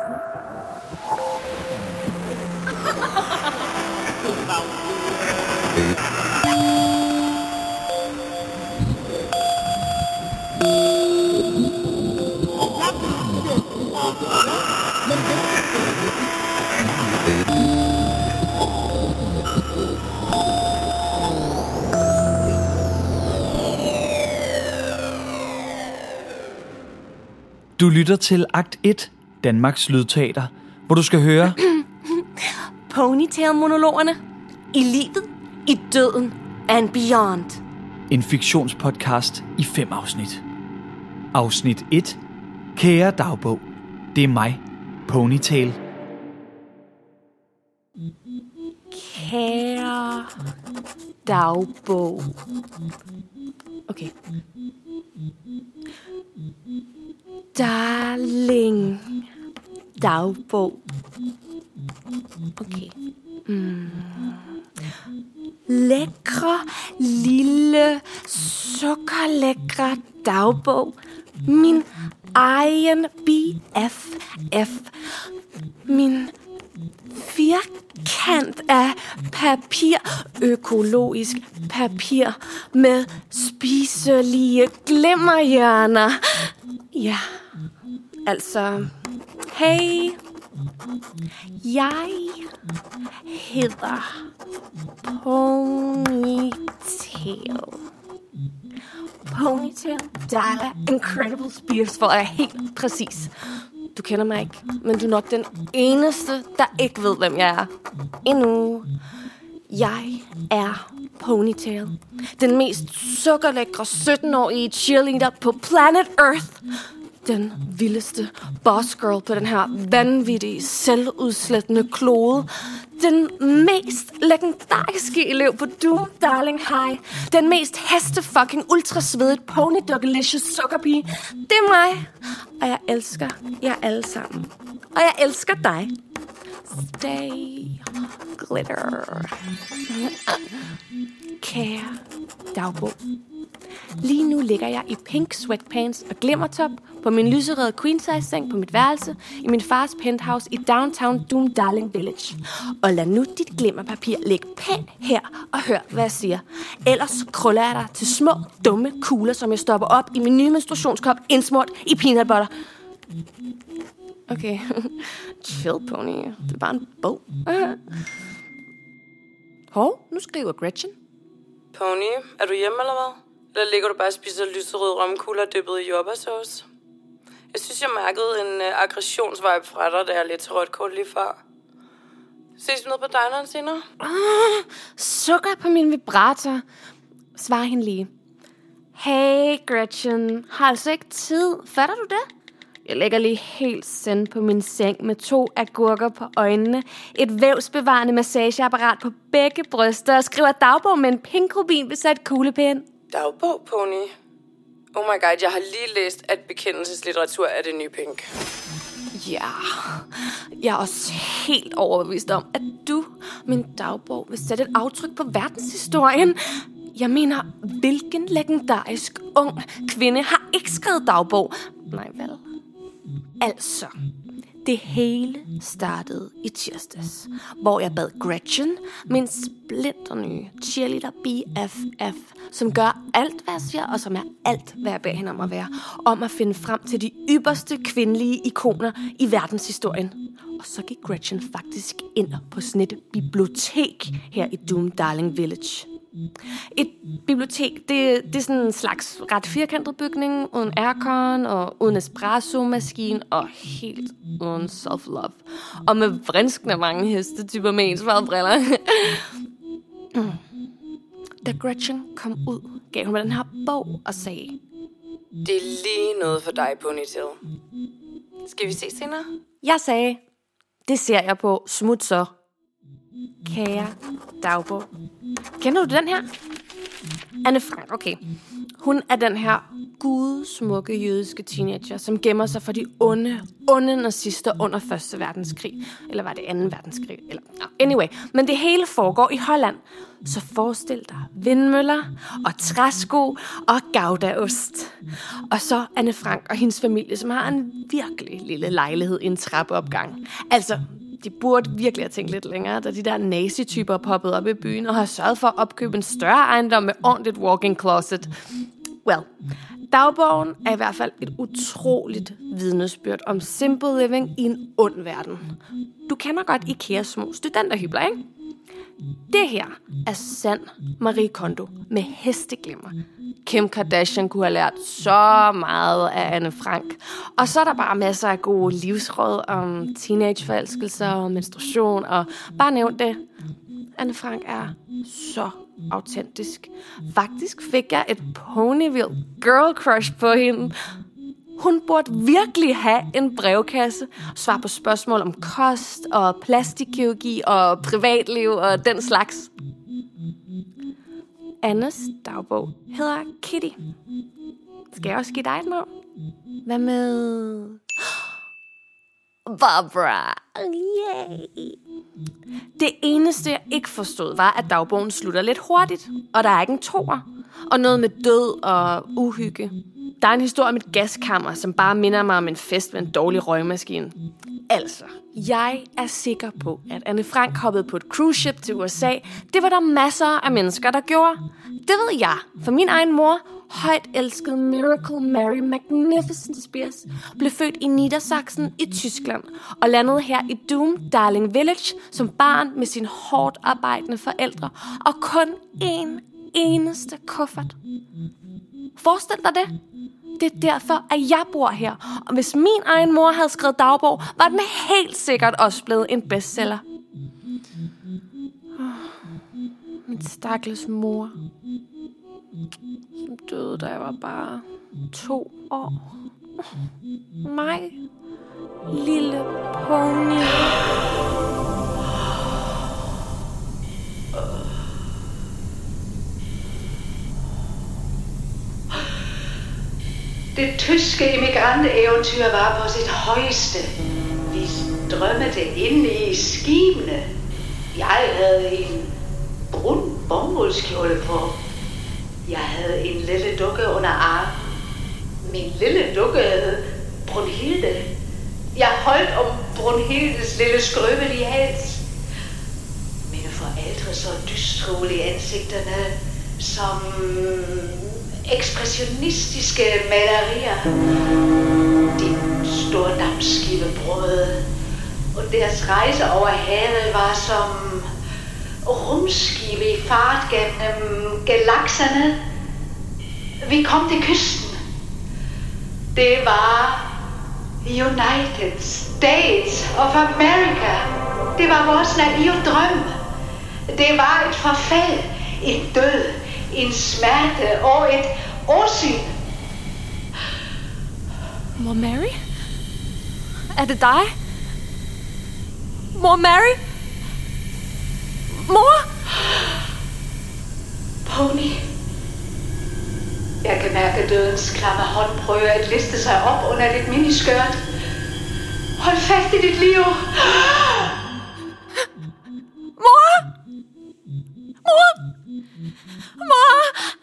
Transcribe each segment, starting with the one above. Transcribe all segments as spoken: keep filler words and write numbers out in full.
Du lytter til akt et, Danmarks Lydteater, hvor du skal høre Ponytail-monologerne. I livet, i døden and beyond. En fiktionspodcast i fem afsnit. Afsnit et. Kære dagbog. Det er mig, Ponytail. Kære dagbog. Okay. Darling dagbog. Okay. Mm. Lækre, lille, sukkerlækre dagbog. Min egen B F F. Min firkant af papir, økologisk papir med spiselige glimmerhjørner. Ja, altså, hey, jeg hedder Ponytail. Ponytail Dalla Incredible Spears, for at jeg helt præcis. Du kender mig ikke, men du er nok den eneste, der ikke ved, hvem jeg er. Endnu. Jeg er Ponytail. Den mest sukkerlækre sytten-årige cheerleader på planet Earth. Den vildeste bossgirl på den her vanvittige, selvudslættende klode. Den mest legendariske elev på Doom Darling High. Den mest heste-fucking ultrasvedigt pony-doggelicious sukkerpige. Det er mig. Og jeg elsker jer alle sammen. Og jeg elsker dig. Stay glitter. Kære dagbog. Lige nu ligger jeg i pink sweatpants og glimmertop på min lyserøde queen-size-seng på mit værelse i min fars penthouse i downtown Doom Darling Village. Og lad nu dit glimmerpapir ligge pænt her og hør, hvad jeg siger. Ellers krøller jeg dig til små, dumme kugler, som jeg stopper op i min nye menstruationskop indsmurt i peanut butter. Okay, chill, Pony. Det er bare en bog. Hov, nu skriver Gretchen. Pony, er du hjemme eller hvad? Eller ligger du bare og spiser lyserøde romkugler dyppet i jordbærsauce? Jeg synes, jeg mærkede en uh, aggressionsvibe fra dig, da jeg lidt til rødt kort lige før. Ses vi ned på dineren senere? Ah, sukker på min vibrator. Svar hende lige. Hey, Gretchen. Har altså ikke tid. Fatter du det? Jeg ligger lige helt sendt på min seng med to agurker på øjnene, et vævsbevarende massageapparat på begge bryster og skriver dagbog med en pink rubin besat kuglepen. Dagbog, Pony? Oh my god, jeg har lige læst, at bekendelseslitteratur er det nye pink. Ja, jeg er også helt overbevist om, at du, min dagbog, vil sætte et aftryk på verdenshistorien. Jeg mener, hvilken legendarisk ung kvinde har ikke skrevet dagbog? Nej, vel? Altså, det hele startede i tirsdags, hvor jeg bad Gretchen, min splinternye cheerleader B F F, som gør alt, hvad jeg siger, og som er alt, hvad jeg beder hende om at være, om at finde frem til de ypperste kvindelige ikoner i verdenshistorien. Og så gik Gretchen faktisk ind på sådan et bibliotek her i Doom Darling Village. Et bibliotek, det, det er sådan en slags ret firkantet bygning, uden aircon og uden espresso-maskine og helt uden self-love. Og med vrinskende mange hestetyper med ensfarvede briller. Da Gretchen kom ud, gav hun mig den her bog og sagde: Det er lige noget for dig, Ponytail. Skal vi se senere? Jeg sagde: Det ser jeg på. Smut så. Kære dagbog. Kender du den her? Anne Frank, okay. Hun er den her gudsmukke jødiske teenager, som gemmer sig for de onde, onde nazister under første verdenskrig. Eller var det anden verdenskrig? Eller, no, anyway, men det hele foregår i Holland. Så forestil dig vindmøller og træsko og goudaost. Og så Anne Frank og hendes familie, som har en virkelig lille lejlighed i en trappeopgang. Altså, de burde virkelig have tænkt lidt længere, da de der nazi-typer poppede op i byen og har sørget for at opkøbe en større ejendom med ordentligt walk-in closet. Well, dagbogen er i hvert fald et utroligt vidnesbyrd om simple living i en ond verden. Du kender godt Ikeas små studenterhybler, ikke? Det her er sand Marie Kondo med hesteglimmer. Kim Kardashian kunne have lært så meget af Anne Frank. Og så er der bare masser af gode livsråd om teenageforelskelser og menstruation. Og bare nævn det. Anne Frank er så autentisk. Faktisk fik jeg et Ponyville girl crush på hende. Hun burde virkelig have en brevkasse, svar på spørgsmål om kost og plastikkirurgi og privatliv og den slags. Annes dagbog hedder Kitty. Skal jeg også give dig et navn? Hvad med Barbara? Yay! Det eneste, jeg ikke forstod, var, at dagbogen slutter lidt hurtigt, og der er ikke en toer, og noget med død og uhygge. Der er en historie om et gaskammer, som bare minder mig om en fest med en dårlig røgmaskine. Altså, jeg er sikker på, at Anne Frank hoppede på et cruise ship til U S A. Det var der masser af mennesker, der gjorde. Det ved jeg, for min egen mor, højt elskede Miracle Mary Magnificent Spears, blev født i Niedersachsen i Tyskland og landede her i Doom Darling Village som barn med sine hårdt arbejdende forældre og kun én eneste kuffert. Forestil dig det. Det er derfor, at jeg bor her. Og hvis min egen mor havde skrevet dagbog, var den helt sikkert også blevet en bestseller. Min stakkels mor, som døde, da jeg var bare to år. Mig, lille pony. Det tyske emigranteeventyr var på sit højeste. Vi drømmede inde i skibene. Jeg havde en brun bomuldskjole på. Jeg havde en lille dukke under armen. Min lille dukke hed Brunhilde. Jeg holdt om Brunhildes lille skrøbelige hals. Mine forældre så dystre i ansigterne som ekspressionistiske malerier. De store dampskibe brød, og deres rejse over havet var som rumskibe i fart gennem galakserne. Vi kom til kysten. Det var United States of America. Det var vores naive drøm. Det var et forfald, en død, en smerte og et åsyn. Mor Mary? Er det dig? Mor Mary? Mor? Pony. Jeg kan mærke dødens klamme hånd prøve at liste sig op under dit miniskørt. Hold fast i dit liv. Mor! Mor! Mor!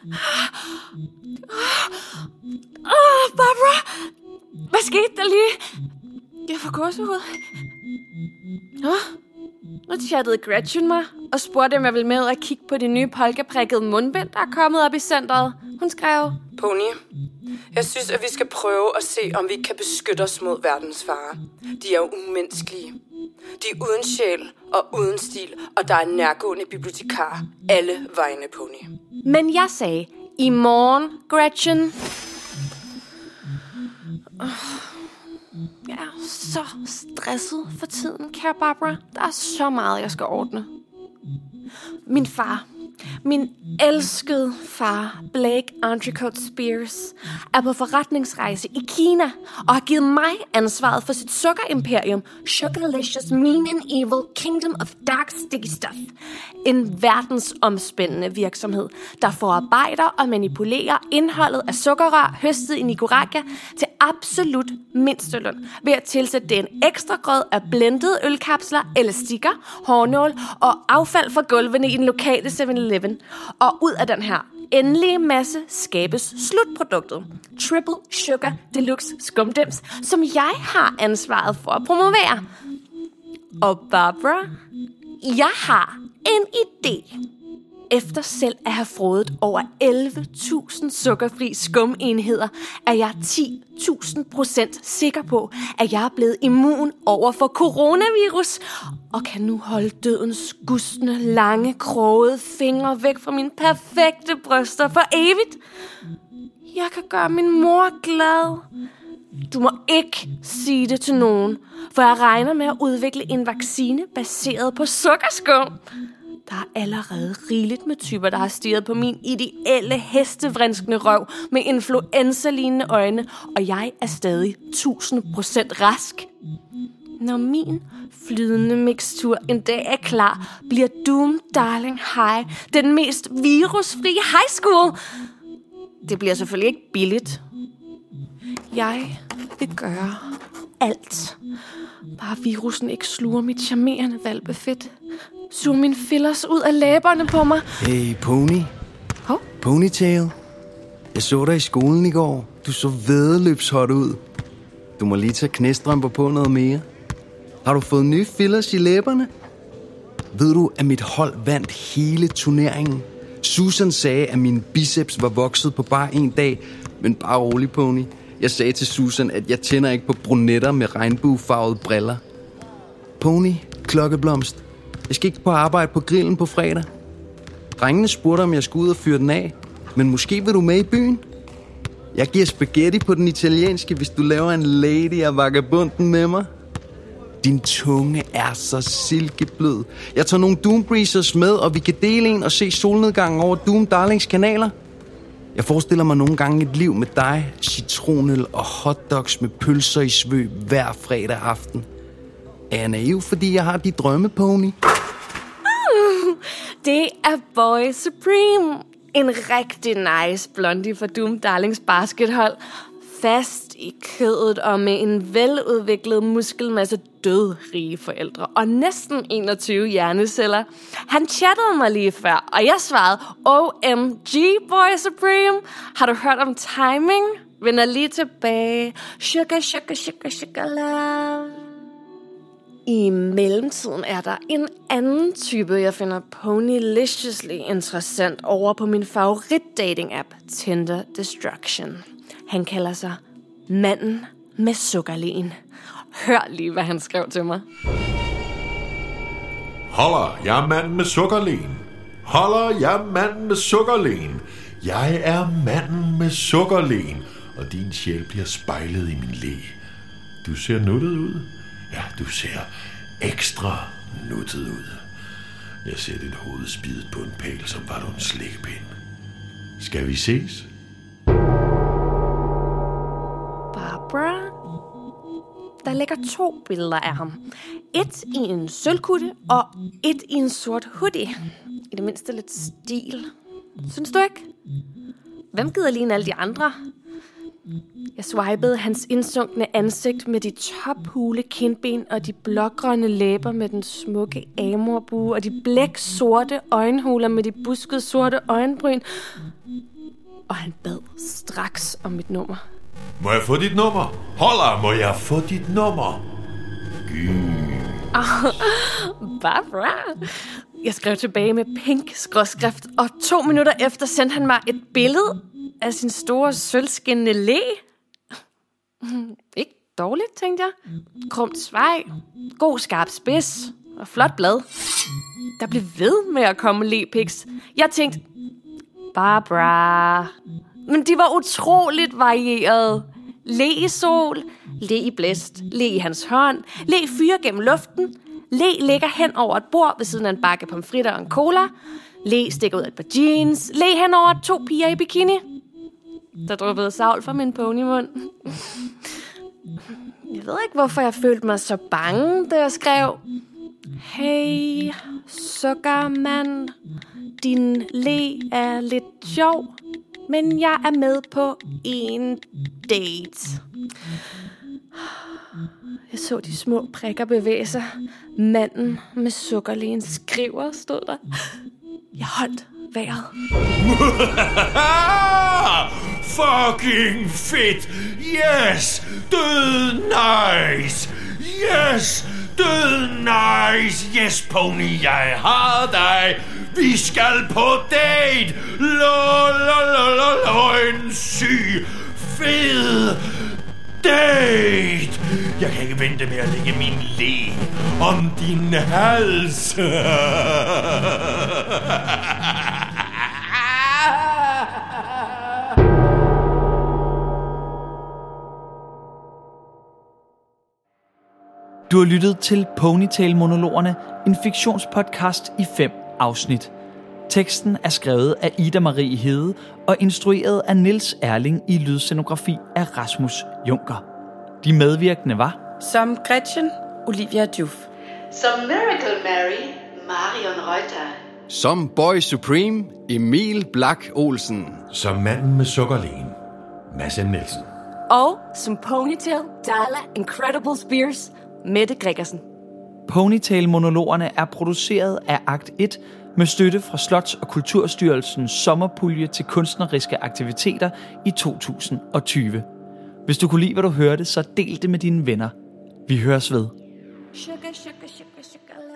Åh, Barbara! Hvad skete der lige? Jeg får gåsehud. Nå, nu chattede Gretchen mig og spurgte, om jeg ville med og kigge på de nye polkaprikkede mundbind, der er kommet op i centret. Hun skrev: Pony, jeg synes, at vi skal prøve at se, om vi kan beskytte os mod verdens farer. De er jo umenneskelige. De er uden sjæl og uden stil, og der er nærgående bibliotekar alle vegne, Pony. Men jeg sagde, i morgen, Gretchen. Jeg er så stresset for tiden, kære Barbara. Der er så meget, jeg skal ordne. Min far, min elskede far, Blake Entrecote Spears, er på forretningsrejse i Kina og har givet mig ansvaret for sit sukkerimperium, Sugarlicious Mean and Evil Kingdom of Dark Sticky Stuff. En verdensomspændende virksomhed, der forarbejder og manipulerer indholdet af sukkerrør høstet i Nicaragua til absolut mindsteløn ved at tilsætte det en ekstra grød af blendede ølkapsler, elastikker, hårnål og affald fra gulvene i den lokale seven eleven. Og ud af den her endelige masse skabes slutproduktet, Triple Sugar Deluxe Skumdims, som jeg har ansvaret for at promovere. Og Barbara, jeg har en idé. Efter selv at have frodet over elleve tusind sukkerfri skumenheder, er jeg ti tusind procent sikker på, at jeg er blevet immun over for coronavirus, og kan nu holde dødens gustne, lange, krogede fingre væk fra mine perfekte bryster for evigt. Jeg kan gøre min mor glad. Du må ikke sige det til nogen, for jeg regner med at udvikle en vaccine baseret på sukkerskum. Der er allerede rigeligt med typer, der har stirret på min ideelle hestevrinskende røv med influenza-lignende øjne, og jeg er stadig tusind procent rask. Når min flydende mixtur en dag er klar, bliver Doom Darling High den mest virusfri high school. Det bliver selvfølgelig ikke billigt. Jeg vil gøre alt. Bare virusen ikke sluger mit charmerende hvalpefedt. Suge mine fillers ud af læberne på mig. Hey, Pony. Hov? Ponytail. Jeg så dig i skolen i går. Du så væddeløbshot ud. Du må lige tage knæstrømper på noget mere. Har du fået nye fillers i læberne? Ved du, at mit hold vandt hele turneringen? Susan sagde, at mine biceps var vokset på bare en dag. Men bare rolig, Pony. Jeg sagde til Susan, at jeg tænder ikke på brunetter med regnbuefarvede briller. Pony, klokkeblomst. Jeg skal ikke på arbejde på grillen på fredag. Drengene spurgte, om jeg skulle ud og fyre den af. Men måske vil du med i byen? Jeg giver spaghetti på den italienske, hvis du laver en lady af vagabunden med mig. Din tunge er så silkeblød. Jeg tager nogle Doom Breezers med, og vi kan dele en og se solnedgangen over Doom Darlings kanaler. Jeg forestiller mig nogle gange et liv med dig, citronøl og hotdogs med pølser i svøb hver fredag aften. Er jeg naiv, fordi jeg har de drømme, Pony? Uh, det er Boy Supreme. En rigtig nice blondie for Doom Darlings baskethold. Fast i kødet og med en veludviklet muskelmasse dødrige forældre og næsten enogtyve hjerneceller. Han chattede mig lige før, og jeg svarede, O M G, Boy Supreme. Har du hørt om timing? Vender lige tilbage. Sugar, sugar, sugar, sugar love. I mellemtiden er der en anden type, jeg finder ponyliciously interessant over på min favorit-dating-app, Tinder Destruction. Han kalder sig manden med sukkerlen. Hør lige, hvad han skrev til mig. Holler, jeg er manden med sukkerlen. Holler, jeg er manden med sukkerlen. Jeg er manden med sukkerlen. Og din sjæl bliver spejlet i min læ. Du ser nuttet ud. Ja, du ser ekstra nuttet ud. Jeg ser dit hoved spidet på en pæl, som var du en slikkepind. Skal vi ses? Barbara? Der ligger to billeder af ham. Et i en sølvkutte, og et i en sort hoodie. I det mindste lidt stil. Synes du ikke? Hvem gider ligne alle de andre? Jeg swipede hans indsunkne ansigt med de tophule kindben og de blågrønne læber med den smukke amorbue og de blæk sorte øjenhuler med de buskede sorte øjenbryn. Og han bad straks om mit nummer. Må jeg få dit nummer? Holler, må jeg få dit nummer? Oh, Barbara. Jeg skrev tilbage med pink skråskrift, og to minutter efter sendte han mig et billede af sin store sølvskinnende læ. Ikke dårligt, tænkte jeg. Krumt svej, god skarp spids og flot blad. Der blev ved med at komme læpiks. Jeg tænkte, Barbara. Men de var utroligt varieret. Læ i sol, læ i blæst, læ i hans hånd, læ fyre gennem luften, læ ligger hen over et bord ved siden af en bakke pomfritter og en cola, Le stikker ud af et par jeans. Le hen over to piger i bikini. Der dryppede savl fra min ponymund. Jeg ved ikke, hvorfor jeg følte mig så bange, da jeg skrev: Hey, sukkermand, din le er lidt sjov, men jeg er med på en date. Jeg så de små prikker bevæge sig. Manden med sukkerlægen skriver, stod der. Jeg holdt vejret. Fucking fedt! Yes! Død nice! Yes! Død nice! Yes, pony, jeg har dig! Vi skal på date! Lololololol, syg, fed date! Jeg kan ikke vente med at lægge min le om din hals. Du har lyttet til Ponytail-monologerne, en fiktionspodcast i fem afsnit. Teksten er skrevet af Ida Marie Hede og instrueret af Niels Erling i lydscenografi af Rasmus Junker. De medvirkende var Som Gretchen, Olivia Juf. Som Miracle Mary, Marion Reuter. Som Boy Supreme, Emil Blak Olsen. Som manden med sukkerlægen, Mads M. Nielsen. Og som Ponytail, Darla Incredible Spears, Mette Gregersen. Ponytail-monologerne er produceret af Akt et med støtte fra Slots- og Kulturstyrelsens sommerpulje til kunstneriske aktiviteter i to tusind og tyve. Hvis du kunne lide, hvad du hørte, så del det med dine venner. Vi høres ved. Sugar, sugar, sugar, sugar.